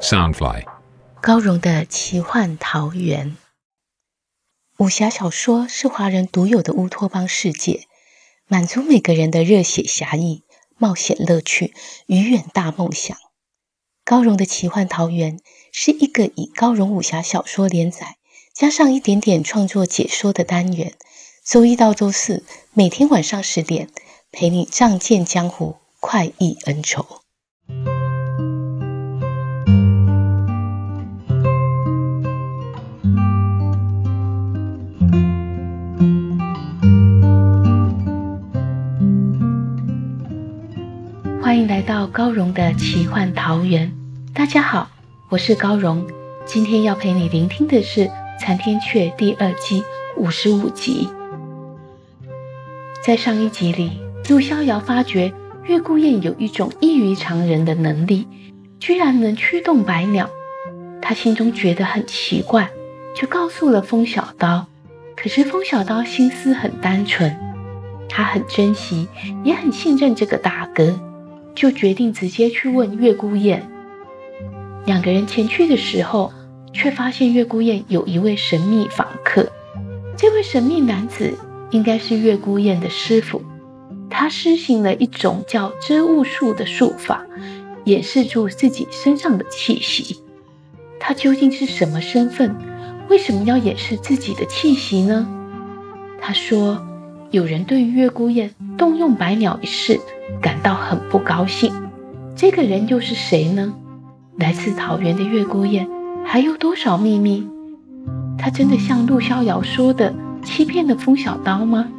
Soundfly 高荣的奇幻桃源。武侠小说是华人独有的乌托邦世界，满足每个人的热血侠义、冒险乐趣与远大梦想。高荣的奇幻桃源是一个以高荣武侠小说连载加上一点点创作解说的单元，周一到周四每天晚上10点，陪你仗剑江湖，快意恩仇。欢迎来到高荣的奇幻桃源。大家好，我是高荣，今天要陪你聆听的是《残天阙》第2季55集。在上一集里，陆逍遥发觉月孤雁有一种异于常人的能力，居然能驱动百鸟。他心中觉得很奇怪，就告诉了风小刀。可是风小刀心思很单纯，他很珍惜也很信任这个大哥，就决定直接去问月孤雁。两个人前去的时候，却发现月孤雁有一位神秘访客。这位神秘男子应该是月孤雁的师傅，他施行了一种叫遮物术的术法，掩饰住自己身上的气息。他究竟是什么身份？为什么要掩饰自己的气息呢？他说，有人对于月孤雁动用百鸟一事感到很不高兴。这个人又是谁呢？来自桃源的月孤雁还有多少秘密？他真的像陆逍遥说的欺骗了风小刀吗？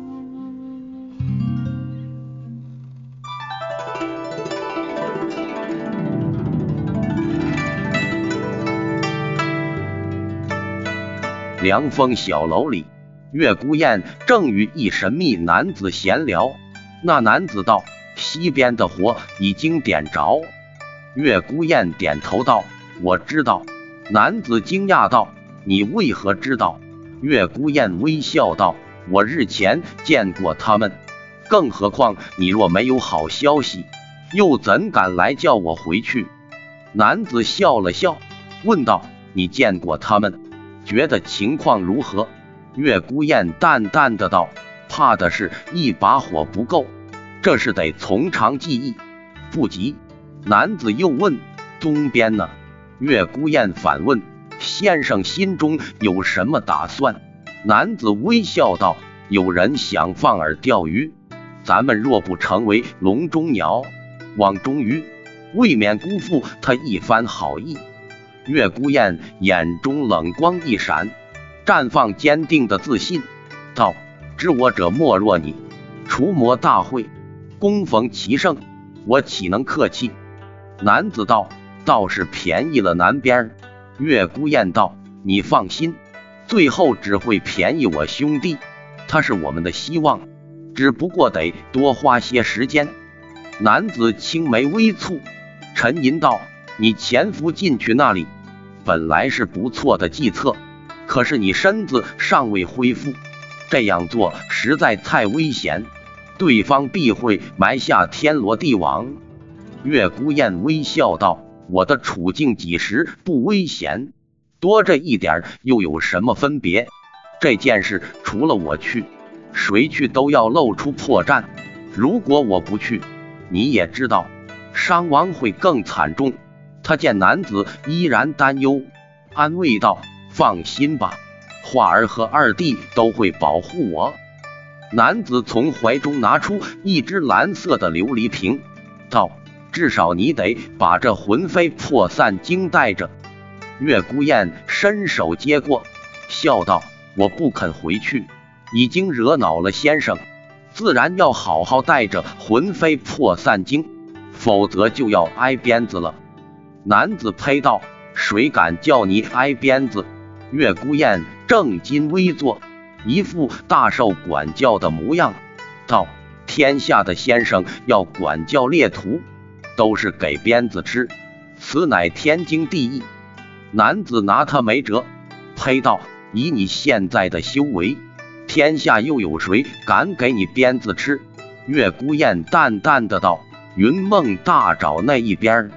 凉风小楼里，月孤雁正与一神秘男子闲聊。那男子道：西边的火已经点着。月孤雁点头道：我知道。男子惊讶道：你为何知道？月孤雁微笑道：我日前见过他们，更何况你若没有好消息，又怎敢来叫我回去？男子笑了笑，问道：你见过他们，觉得情况如何？月孤雁淡淡的道：怕的是一把火不够，这是得从长计议，不急。男子又问：东边呢？月孤雁反问：先生心中有什么打算？男子微笑道：有人想放饵钓鱼，咱们若不成为笼中鸟，网中鱼，未免辜负他一番好意。月孤雁眼中冷光一闪，绽放坚定的自信，道：知我者莫若你，除魔大会，恭逢其盛，我岂能客气？男子道：倒是便宜了南边。月孤雁道：你放心，最后只会便宜我兄弟，他是我们的希望，只不过得多花些时间。男子青眉微蹙，沉吟道：你潜伏进去那里本来是不错的计策，可是你身子尚未恢复，这样做实在太危险，对方必会埋下天罗地网。月孤雁微笑道：我的处境几时不危险？多这一点又有什么分别？这件事除了我去，谁去都要露出破绽，如果我不去，你也知道伤亡会更惨重。他见男子依然担忧，安慰道：放心吧，花儿和二弟都会保护我。男子从怀中拿出一只蓝色的琉璃瓶，道：至少你得把这魂飞魄散经带着。月孤雁伸手接过，笑道：我不肯回去，已经惹恼了先生，自然要好好带着魂飞魄散经，否则就要挨鞭子了。男子呸道：谁敢叫你挨鞭子？月孤雁正襟危坐，一副大受管教的模样，道：天下的先生要管教猎徒，都是给鞭子吃，此乃天经地义。男子拿他没辙，呸道：以你现在的修为，天下又有谁敢给你鞭子吃？月孤雁淡淡的道：云梦大沼那一边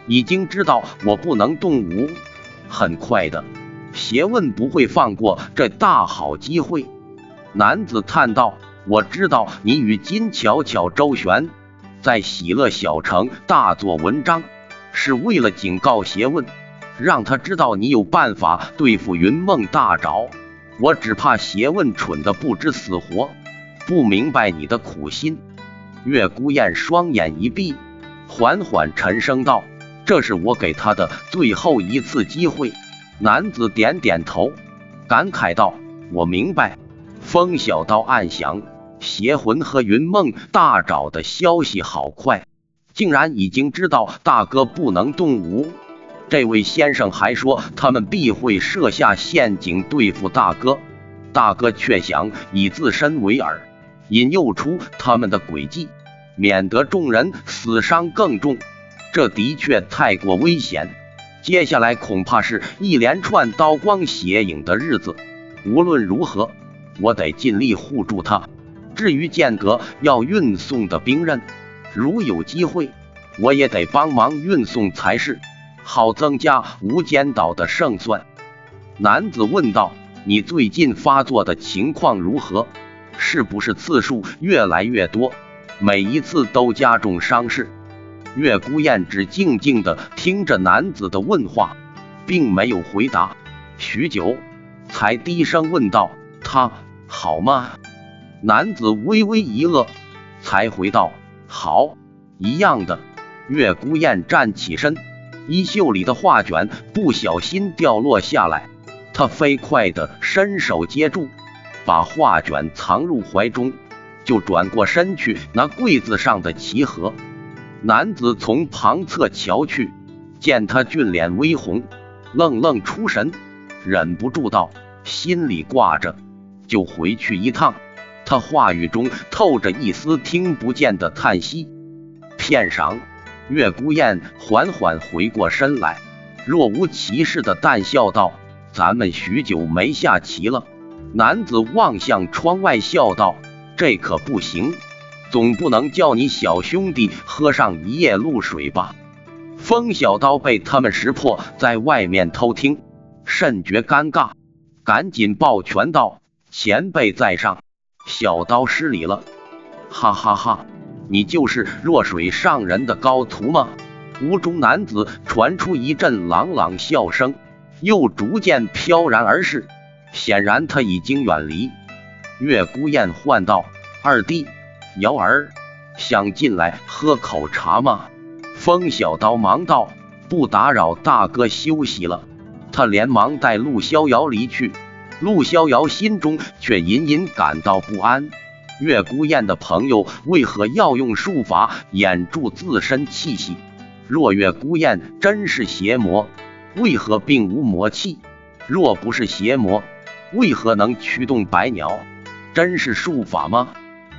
已经知道我不能动武，很快的，邪问不会放过这大好机会。男子叹道：我知道你与金巧巧周旋，在喜乐小城大做文章，是为了警告邪问，让他知道你有办法对付云梦大爪。我只怕邪问蠢的不知死活，不明白你的苦心。月孤雁双眼一闭，缓缓沉声道：这是我给他的最后一次机会。男子点点头，感慨道：我明白。风小刀暗想，邪魂和云梦大爪的消息好快，竟然已经知道大哥不能动武。这位先生还说他们必会设下陷阱对付大哥，大哥却想以自身为饵，引诱出他们的诡计，免得众人死伤更重。这的确太过危险，接下来恐怕是一连串刀光血影的日子。无论如何，我得尽力护住他。至于剑阁要运送的兵刃，如有机会，我也得帮忙运送才是，好增加无间岛的胜算。男子问道：你最近发作的情况如何？是不是次数越来越多，每一次都加重伤势？月孤雁只静静地听着男子的问话，并没有回答，许久才低声问道：他好吗？男子微微一愕，才回道：好，一样的。月孤雁站起身，衣袖里的画卷不小心掉落下来，他飞快地伸手接住，把画卷藏入怀中，就转过身去拿柜子上的棋盒。男子从旁侧瞧去，见他俊脸微红，愣愣出神，忍不住道：心里挂着，就回去一趟。他话语中透着一丝听不见的叹息。片晌，月孤雁缓缓回过身来，若无其事的淡笑道：咱们许久没下棋了。男子望向窗外笑道：这可不行，总不能叫你小兄弟喝上一夜露水吧。风小刀被他们识破在外面偷听，甚觉尴尬，赶紧抱拳道：前辈在上，小刀失礼了。哈哈哈，你就是弱水上人的高徒吗？屋中男子传出一阵朗朗笑声，又逐渐飘然而逝，显然他已经远离。月孤雁唤道：二弟，瑶儿，想进来喝口茶吗？风小刀忙道：不打扰大哥休息了。他连忙带陆逍遥离去。陆逍遥心中却隐隐感到不安，月孤雁的朋友为何要用术法掩住自身气息？若月孤雁真是邪魔，为何并无魔气？若不是邪魔，为何能驱动百鸟？真是术法吗？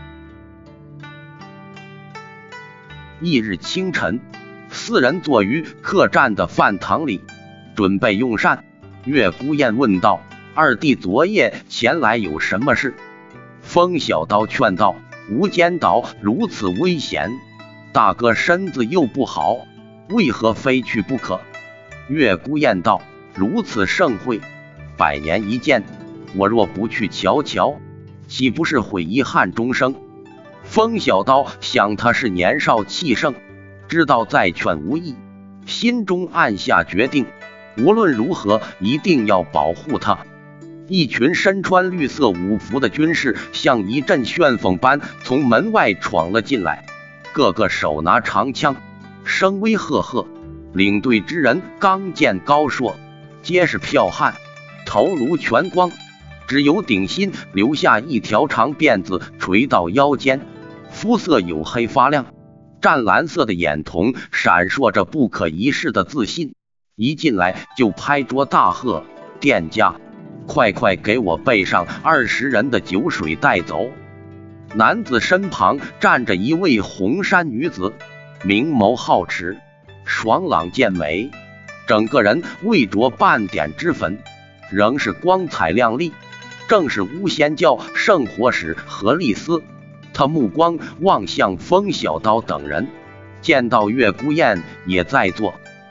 翌日清晨，四人坐于客栈的饭堂里，准备用膳。月孤雁问道：二弟昨夜前来有什么事？风小刀劝道：无间岛如此危险，大哥身子又不好，为何非去不可？月孤雁道：如此盛会，百年一见，我若不去瞧瞧，岂不是会遗憾终生？风小刀想他是年少气盛，知道再劝无益，心中暗下决定，无论如何一定要保护他。一群身穿绿色武服的军士像一阵旋风般从门外闯了进来，个个手拿长枪，声威赫赫。领队之人刚健高硕，皆是剽悍，头颅全光，只有顶心留下一条长辫子垂到腰间，肤色黝黑发亮，湛蓝色的眼瞳闪烁着不可一世的自信。一进来就拍桌大喝：店家，快快给我备上20人的酒水带走！男子身旁站着一位红衫女子，明眸皓齿，爽朗健美，整个人未着半点脂粉，仍是光彩亮丽，正是巫仙教圣火使何丽丝。他目光望向风小刀等人，见到月孤雁也在座，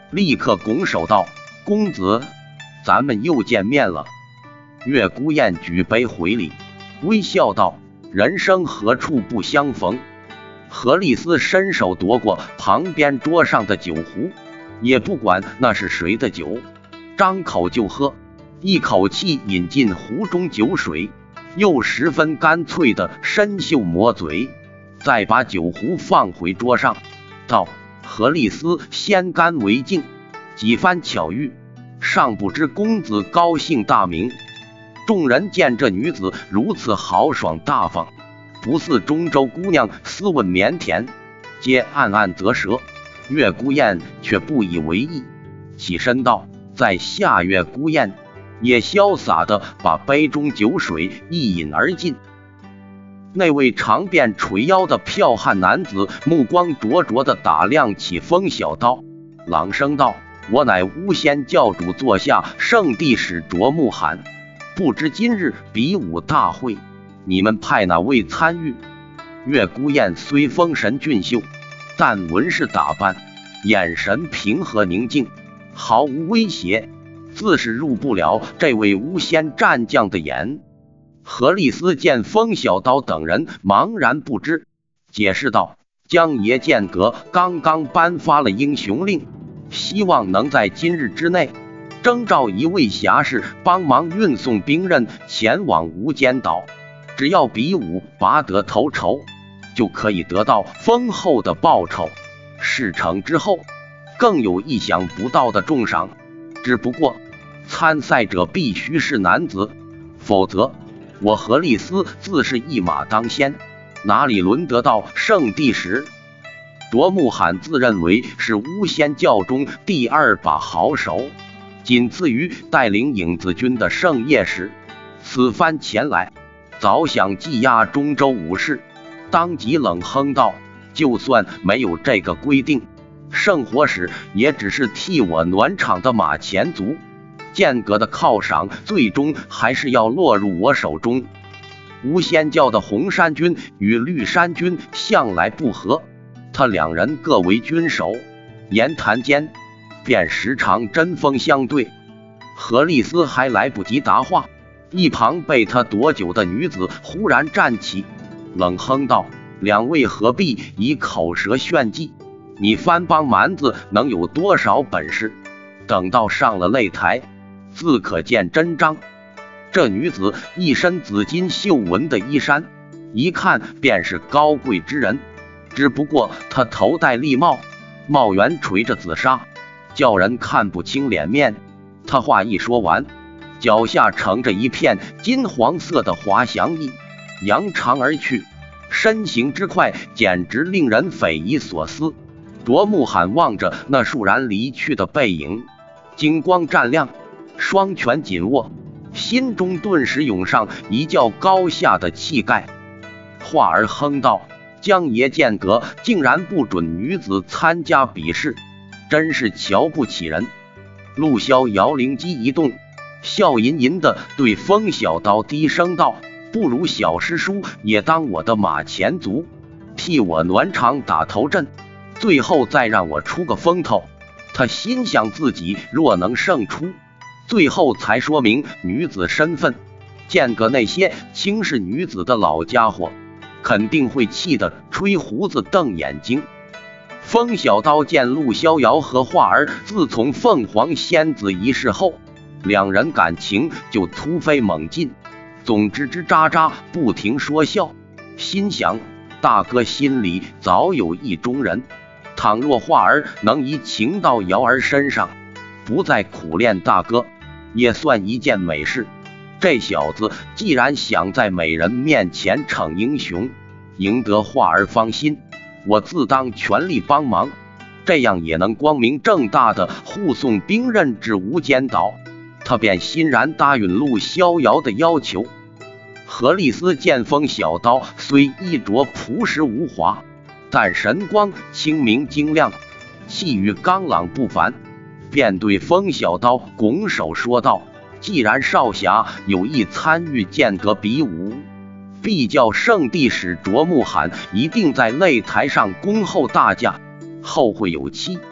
立刻拱手道：“公子，咱们又见面了。”月孤雁举杯回礼，微笑道：“人生何处不相逢。”何丽丝伸手夺过旁边桌上的酒壶，也不管那是谁的酒，张口就喝，一口气饮进壶中酒水，又十分干脆的伸袖抹嘴，再把酒壶放回桌上，道：“何丽丝先干为敬，几番巧遇，尚不知公子高兴大名。”众人见这女子如此豪爽大方，不似中州姑娘斯文腼腆，皆暗暗啧舌。月孤雁却不以为意，起身道：“在下月孤雁。”也潇洒地把杯中酒水一饮而尽。那位长辫垂腰的剽悍男子目光灼灼地打量起风小刀，朗声道：“我乃巫仙教主座下圣地使卓木罕，不知今日比武大会，你们派哪位参与？”月孤雁虽风神俊秀，但纹饰打扮，眼神平和宁静，毫无威胁，自是入不了这位巫仙战将的眼。何丽丝见风小刀等人茫然不知，解释道：“江爷剑阁刚刚颁发了英雄令，希望能在今日之内征召一位侠士帮忙运送兵刃前往无间岛，只要比武拔得头筹，就可以得到丰厚的报酬。事成之后，更有意想不到的重赏。只不过参赛者必须是男子，否则我何丽丝自是一马当先，哪里轮得到圣地使？”卓木罕自认为是巫仙教中第二把好手，仅次于带领影子军的圣夜使，此番前来早想技压中州武士，当即冷哼道：“就算没有这个规定，圣火使也只是替我暖场的马前卒，剑阁的犒赏最终还是要落入我手中。巫仙教的红衫军与绿衫军向来不和，他两人各为军首，言谈间便时常针锋相对。”何丽丝还来不及答话，一旁被他夺酒的女子忽然站起，冷哼道：“两位何必以口舌炫技？你番帮蛮子能有多少本事？等到上了擂台，自可见真章。”这女子一身紫金绣纹的衣衫，一看便是高贵之人，只不过她头戴笠帽，帽檐垂着紫纱，叫人看不清脸面。她话一说完，脚下盛着一片金黄色的滑翔翼，扬长而去，身形之快简直令人匪夷所思。卓木罕望着那倏然离去的背影，金光湛亮，双拳紧握，心中顿时涌上一较高下的气概。话儿哼道：“江爷剑阁竟然不准女子参加比试，真是瞧不起人。”陆萧摇灵机一动，笑吟吟地对风小刀低声道：“不如小师叔也当我的马前卒，替我暖场打头阵，最后再让我出个风头。”他心想自己若能胜出，最后才说明女子身份，剑阁那些轻视女子的老家伙肯定会气得吹胡子瞪眼睛。风小刀见陆逍遥和画儿自从凤凰仙子一事后，两人感情就突飞猛进，总吱吱喳喳不停说笑，心想大哥心里早有意中人，倘若画儿能移情到瑶儿身上，不再苦练大哥，也算一件美事。这小子既然想在美人面前逞英雄，赢得画儿芳心，我自当全力帮忙，这样也能光明正大的护送兵刃至无间岛。他便欣然答应陆逍遥的要求。何丽丝见风小刀虽衣着朴实无华，但神光清明晶亮，气宇刚朗不凡，便对风小刀拱手说道：“既然少侠有意参与剑阁比武，必叫圣地使卓木罕一定在擂台上恭候大驾，后会有期。”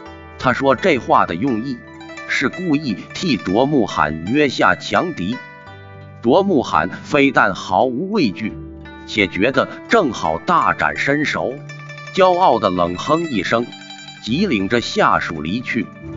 他说这话的用意是故意替卓木罕约下强敌。卓木罕非但毫无畏惧，且觉得正好大展身手，骄傲地冷哼一声，即领着下属离去。